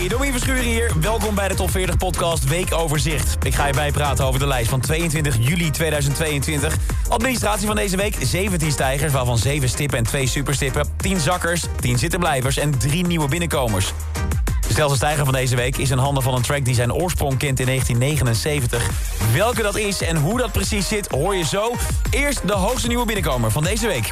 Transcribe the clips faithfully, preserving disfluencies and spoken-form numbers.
Hey, Domien Verschuren hier. Welkom bij de Top veertig podcast Weekoverzicht. Ik ga je bijpraten over de lijst van tweeëntwintig juli tweeduizend tweeëntwintig. Administratie van deze week, zeventien stijgers, waarvan zeven stippen en twee superstippen. tien zakkers, tien zittenblijvers en drie nieuwe binnenkomers. De snelste stijger van deze week is in handen van een track die zijn oorsprong kent in negentien negenenzeventig. Welke dat is en hoe dat precies zit, hoor je zo. Eerst de hoogste nieuwe binnenkomer van deze week.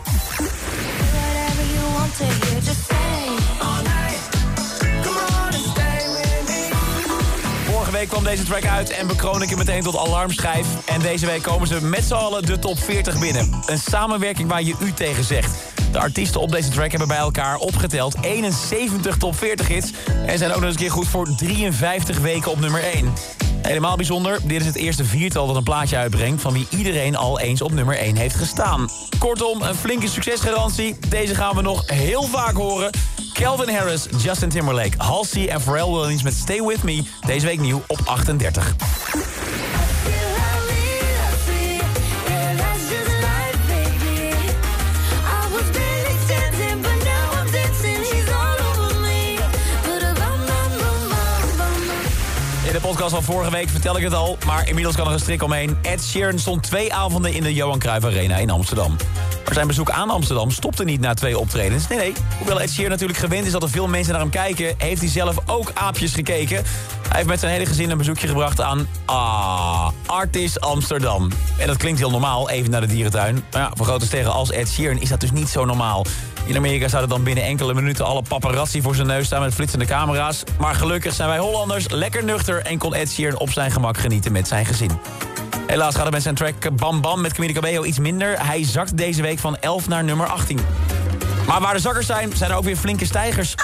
Vorige week kwam deze track uit en bekroon ik hem meteen tot alarmschijf. En deze week komen ze met z'n allen de top veertig binnen. Een samenwerking waar je u tegen zegt. De artiesten op deze track hebben bij elkaar opgeteld eenenzeventig top veertig hits... en zijn ook nog eens een keer goed voor drieënvijftig weken op nummer één. Helemaal bijzonder, dit is het eerste viertal dat een plaatje uitbrengt... van wie iedereen al eens op nummer één heeft gestaan. Kortom, een flinke succesgarantie. Deze gaan we nog heel vaak horen. Calvin Harris, Justin Timberlake, Halsey en Pharrell Williams met Stay With Me. Deze week nieuw op achtendertig. In de podcast van vorige week vertel ik het al, maar inmiddels kan er een strik omheen. Ed Sheeran stond twee avonden in de Johan Cruijff Arena in Amsterdam. Maar zijn bezoek aan Amsterdam stopte niet na twee optredens. Nee, nee. Hoewel Ed Sheeran natuurlijk gewend is dat er veel mensen naar hem kijken... heeft hij zelf ook aapjes gekeken. Hij heeft met zijn hele gezin een bezoekje gebracht aan... Ah, Artis Amsterdam. En dat klinkt heel normaal, even naar de dierentuin. Maar ja, voor grote sterren als Ed Sheeran is dat dus niet zo normaal. In Amerika zouden dan binnen enkele minuten alle paparazzi voor zijn neus staan met flitsende camera's. Maar gelukkig zijn wij Hollanders lekker nuchter en kon Ed Sheeran op zijn gemak genieten met zijn gezin. Helaas gaat het met zijn track Bam Bam met Camila Cabello iets minder. Hij zakt deze week van elf naar nummer achttien. Maar waar de zakkers zijn, zijn er ook weer flinke stijgers.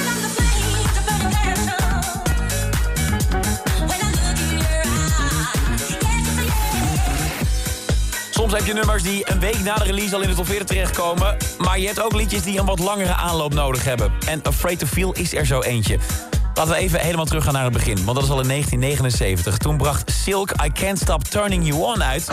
Soms heb je nummers die een week na de release al in de top veertig terechtkomen. Maar je hebt ook liedjes die een wat langere aanloop nodig hebben. En Afraid to Feel is er zo eentje. Laten we even helemaal teruggaan naar het begin. Want dat is al in negentien negenenzeventig. Toen bracht Silk I Can't Stop Turning You On uit.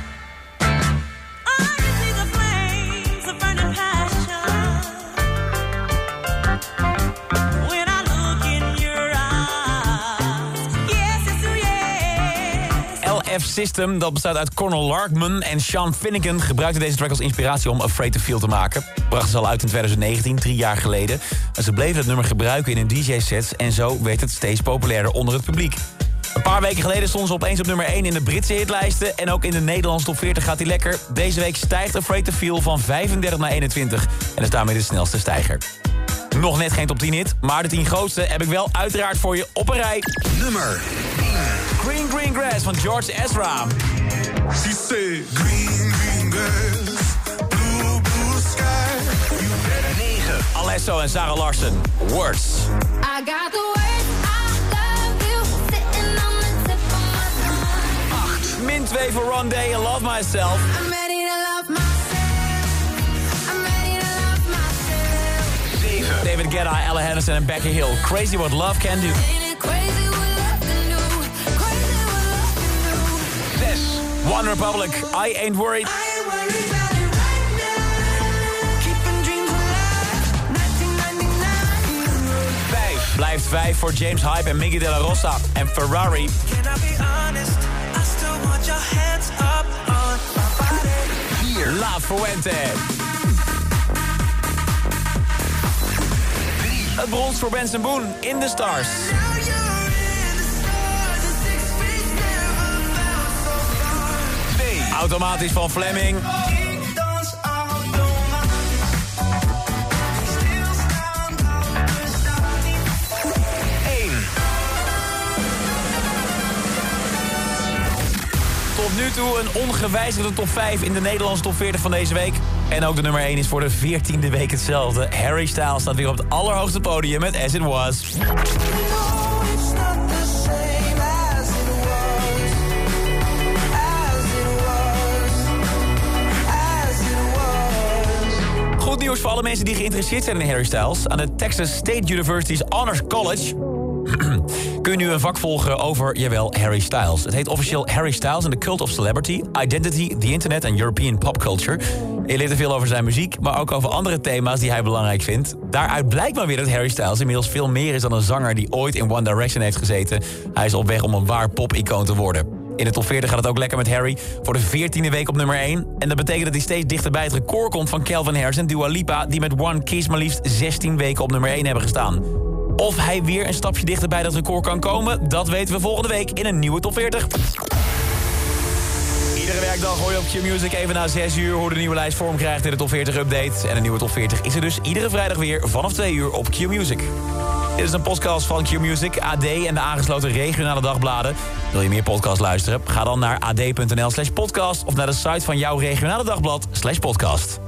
L F System, dat bestaat uit Conor Larkman en Sean Finnegan... gebruikte deze track als inspiratie om Afraid to Feel te maken. Brachten ze al uit in twintig negentien, drie jaar geleden. En ze bleven het nummer gebruiken in hun D J-sets... en zo werd het steeds populairder onder het publiek. Een paar weken geleden stonden ze opeens op nummer één in de Britse hitlijsten... en ook in de Nederlandse top veertig gaat hij lekker. Deze week stijgt Afraid to Feel van vijfendertig naar eenentwintig... en is daarmee de snelste stijger. Nog net geen top tien hit, maar de tien grootste heb ik wel uiteraard voor je op een rij. Nummer Green Green Grass van George Ezra. She said green green grass, blue blue sky. negen Alesso en Sarah Larsen. Words. I got the words, I love you, sitting on the tip of my tongue. acht Min twee voor Rondé en Love Myself. I'm ready to love myself. I'm ready to love myself. zeven David Guetta, Ella Henderson en Becky Hill. Crazy What Love Can Do. Ain't it crazy what love can do? Crazy what love can do. zes One Republic, I Ain't Worried. I ain't worried about it right now. Keeping dreams alive. negentien negenennegentig. vijf Blijft vijf voor James Hype en Miggy de la Rosa en Ferrari. Can I be honest? I still want your hands up on my body. vier La Fuente. Het brons voor Benson Boone, In The Stars. Now you're in the stars, the six feet never felt so far. twee Automatisch van Fleming. Ik dans al jong. Stilstaan, we staan niet. één Tot nu toe een ongewijzigde top vijf in de Nederlandse top veertig van deze week. En ook de nummer één is voor de veertiende week hetzelfde. Harry Styles staat weer op het allerhoogste podium met As It Was. No, it's not the same as it was. As it was. As it was. Goed nieuws voor alle mensen die geïnteresseerd zijn in Harry Styles. Aan de Texas State University's Honors College kun je nu een vak volgen over, jawel, Harry Styles. Het heet officieel Harry Styles and the Cult of Celebrity, Identity, the Internet and European Pop Culture. Je leert er veel over zijn muziek, maar ook over andere thema's die hij belangrijk vindt. Daaruit blijkt maar weer dat Harry Styles inmiddels veel meer is dan een zanger die ooit in One Direction heeft gezeten. Hij is op weg om een waar pop-icoon te worden. In de top veertig gaat het ook lekker met Harry. Voor de veertiende week op nummer één. En dat betekent dat hij steeds dichter bij het record komt van Calvin Harris en Dua Lipa, die met One Kiss maar liefst zestien weken op nummer één hebben gestaan. Of hij weer een stapje dichter bij dat record kan komen, dat weten we volgende week in een nieuwe top veertig. Iedere werkdag hoor je op Q-Music even na zes uur hoe de nieuwe lijst vorm krijgt in de top veertig update. En een nieuwe top veertig is er dus iedere vrijdag weer vanaf twee uur op Q-Music. Dit is een podcast van Q-Music, A D en de aangesloten regionale dagbladen. Wil je meer podcast luisteren? Ga dan naar ad punt n l slash podcast of naar de site van jouw regionale dagblad slash podcast.